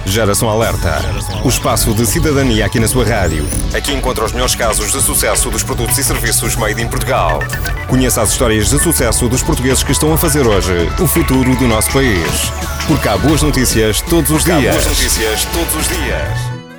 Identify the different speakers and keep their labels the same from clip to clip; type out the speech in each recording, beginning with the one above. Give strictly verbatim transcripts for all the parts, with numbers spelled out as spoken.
Speaker 1: Geração Alerta, o espaço de cidadania aqui na sua rádio. Aqui encontra os melhores casos de sucesso dos produtos e serviços made in Portugal. Conheça as histórias de sucesso dos portugueses que estão a fazer hoje o futuro do nosso país. Porque há boas notícias todos os dias. Há boas notícias todos os dias.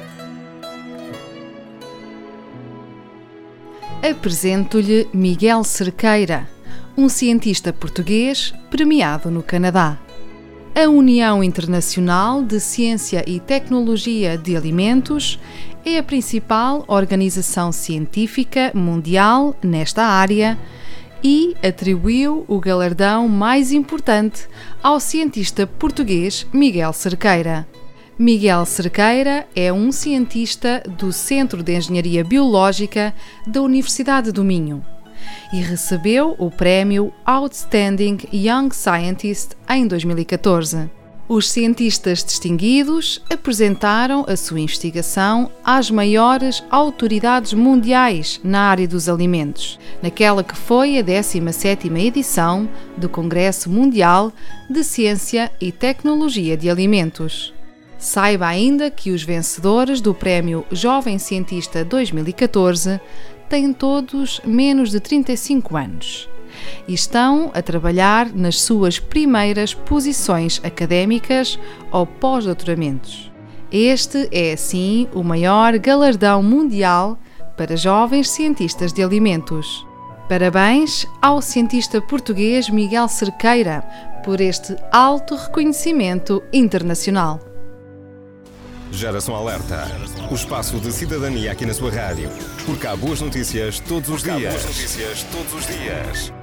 Speaker 2: Apresento-lhe Miguel Cerqueira, um cientista português premiado no Canadá. A União Internacional de Ciência e Tecnologia de Alimentos é a principal organização científica mundial nesta área e atribuiu o galardão mais importante ao cientista português Miguel Cerqueira. Miguel Cerqueira é um cientista do Centro de Engenharia Biológica da Universidade do Minho e recebeu o prémio Outstanding Young Scientist em dois mil e catorze. Os cientistas distinguidos apresentaram a sua investigação às maiores autoridades mundiais na área dos alimentos, naquela que foi a décima sétima edição do Congresso Mundial de Ciência e Tecnologia de Alimentos. Saiba ainda que os vencedores do Prémio Jovem Cientista dois mil e catorze têm todos menos de trinta e cinco anos e estão a trabalhar nas suas primeiras posições académicas ou pós-doutoramentos. Este é, assim, o maior galardão mundial para jovens cientistas de alimentos. Parabéns ao cientista português Miguel Cerqueira por este alto reconhecimento internacional.
Speaker 1: Geração Alerta, o espaço de cidadania aqui na sua rádio. Porque há boas notícias todos os dias. Há boas notícias todos os dias.